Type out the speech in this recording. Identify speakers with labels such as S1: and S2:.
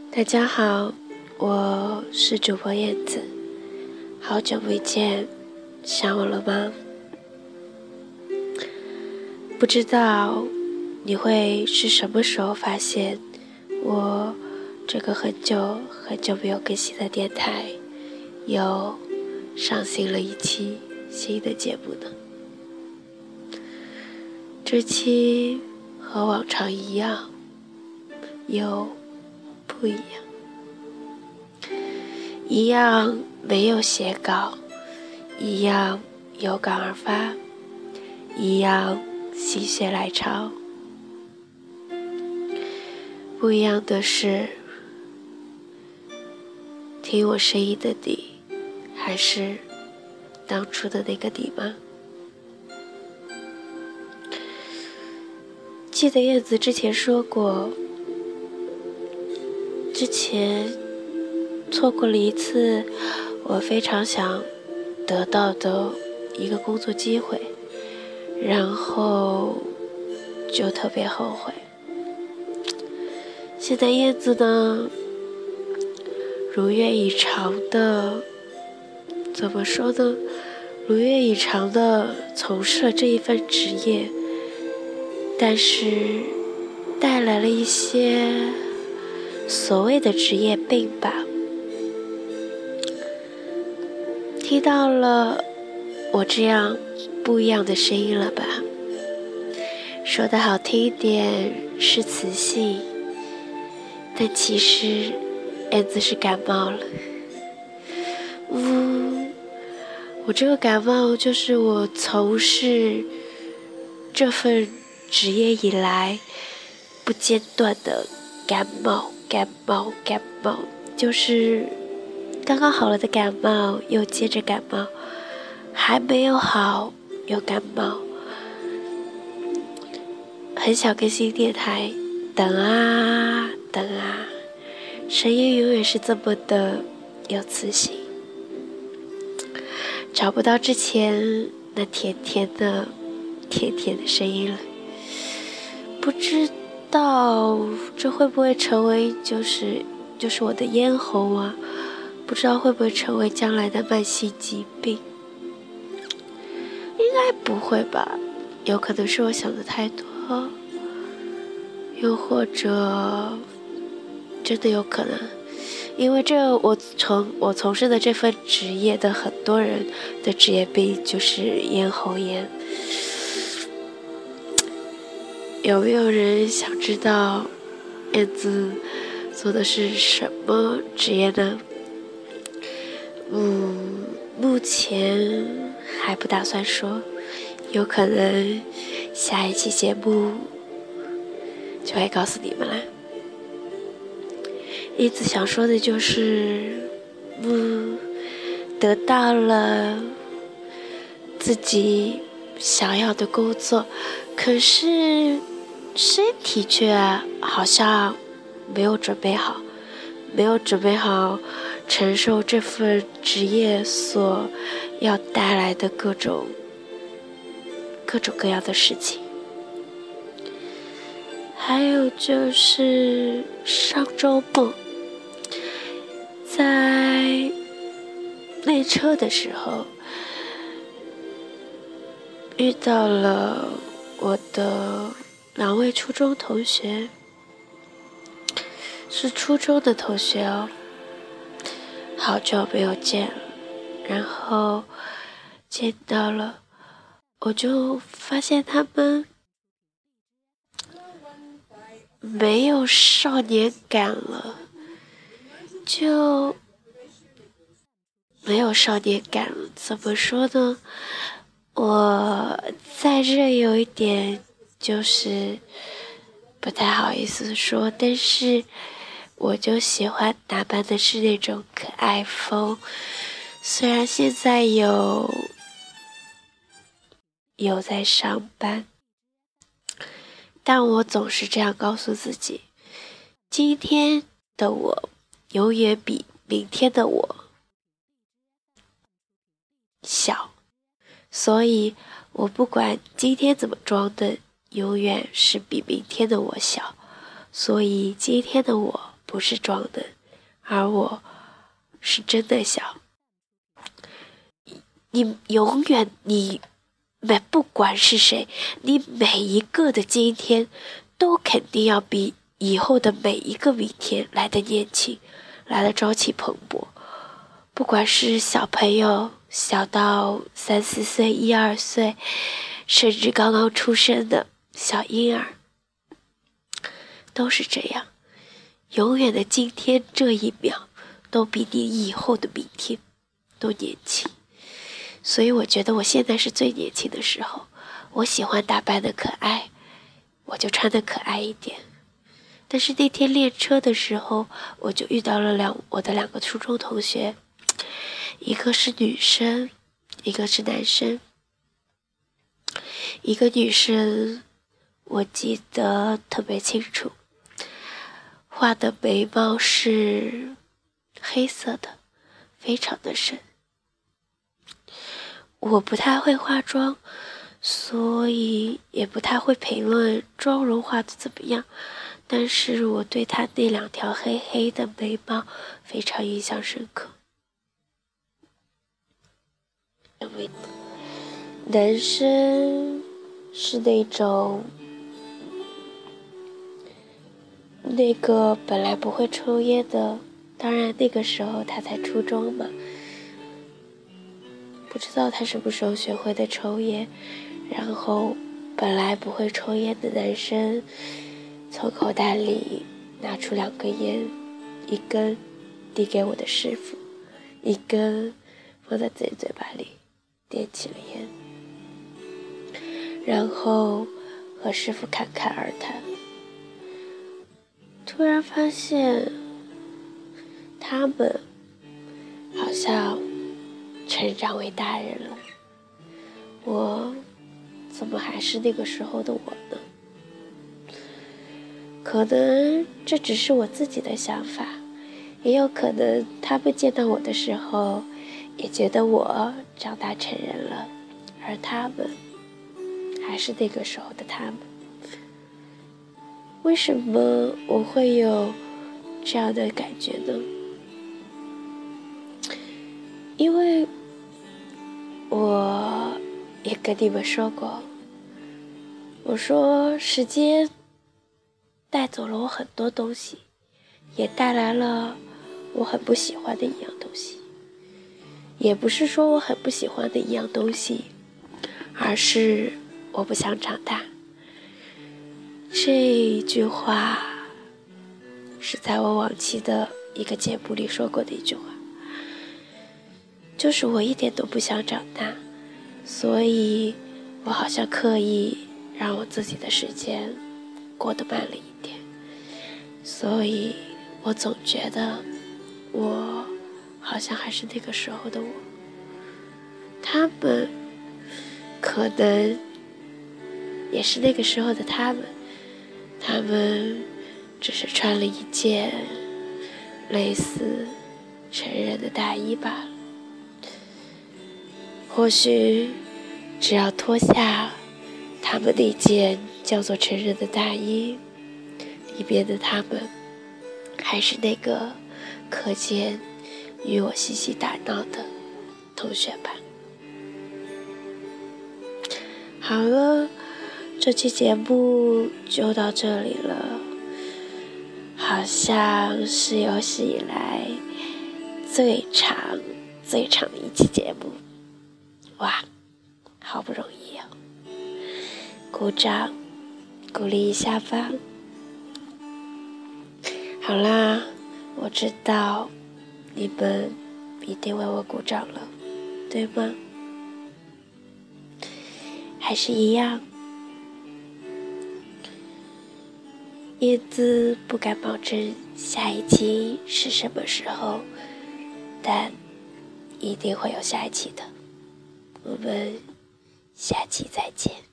S1: 大家好，我是主播燕子，好久不见，想我了吗？不知道你会是什么时候发现我这个很久没有更新的电台又上新了一期新的节目呢？这期和往常一样，又不一样。一样没有写稿，一样有感而发，一样心血来潮。不一样的是，听我声音的你，还是当初的那个你吗？记得燕子之前说过，之前错过了一次我非常想得到的一个工作机会，然后就特别后悔。现在燕子呢，如愿以偿的，怎么说呢？如愿以偿的从事了这一份职业，但是带来了一些所谓的职业病吧。听到了我这样不一样的声音了吧？说得好听一点是磁性，但其实燕子是感冒了。我这个感冒就是我从事这份职业以来不间断的感冒，就是刚刚好了的感冒，又接着感冒，还没有好又感冒。很想更新电台，等啊等啊，声音永远是这么的有磁性，找不到之前那甜甜的声音了。不知道这会不会成为就是我的咽喉啊？不知道会不会成为将来的慢性疾病？应该不会吧，有可能是我想的太多，又或者真的有可能，因为我从事的这份职业的很多人的职业病就是咽喉炎。有没有人想知道燕子做的是什么职业呢？目前还不打算说，有可能下一期节目就会告诉你们了。燕子想说的就是，得到了自己想要的工作，可是身体却好像没有准备好承受这份职业所要带来的各种各样的事情。还有就是上周末在练车的时候遇到了我的2位初中同学，是初中的同学哦，好久没有见了，然后见到了，我就发现他们没有少年感了，就没有少年感了。怎么说呢？我在这有一点就是不太好意思说，但是我就喜欢打扮的是那种可爱风。虽然现在有在上班，但我总是这样告诉自己，今天的我永远比明天的我小，所以我不管今天怎么装的，永远是比明天的我小，所以今天的我不是装的，而我是真的想。你永远，不管是谁，你每一个的今天都肯定要比以后的每一个明天来的年轻，来的朝气蓬勃。不管是小朋友，小到3、4岁、1、2岁，甚至刚刚出生的小婴儿，都是这样。永远的今天这一秒，都比你以后的明天都年轻。所以我觉得我现在是最年轻的时候，我喜欢打扮的可爱，我就穿的可爱一点。但是那天练车的时候，我就遇到了我的2个初中同学，一个是女生，一个是男生。一个女生我记得特别清楚，画的眉毛是黑色的，非常的深。我不太会化妆，所以也不太会评论妆容画的怎么样，但是我对她那2条黑黑的眉毛非常印象深刻。男生是那种本来不会抽烟的，当然那个时候他才初中嘛，不知道他什么时候学会的抽烟。然后本来不会抽烟的男生从口袋里拿出2根烟，一根递给我的师傅，一根放在自己嘴巴里点起了烟，然后和师傅侃侃而谈。突然发现他们好像成长为大人了，我怎么还是那个时候的我呢？可能这只是我自己的想法，也有可能他们见到我的时候也觉得我长大成人了，而他们还是那个时候的他们。为什么我会有这样的感觉呢？因为我也跟你们说过，我说时间带走了我很多东西，也带来了我很不喜欢的一样东西。也不是说我很不喜欢的一样东西，而是我不想长大。这句话是在我往期的一个节目里说过的一句话，就是我一点都不想长大，所以我好像刻意让我自己的时间过得慢了一点，所以我总觉得我好像还是那个时候的我。他们可能也是那个时候的他们，他们只是穿了一件类似成人的大衣罢了。或许只要脱下他们那件叫做成人的大衣，里边的他们还是那个课间与我嬉戏打闹的同学吧。好了，这期节目就到这里了，好像是有史以来最长的一期节目。哇，好不容易哦，鼓掌鼓励一下吧。好啦，我知道你们一定为我鼓掌了，对吗？还是一样，叶子不敢保证下一期是什么时候，但一定会有下一期的。我们下期再见。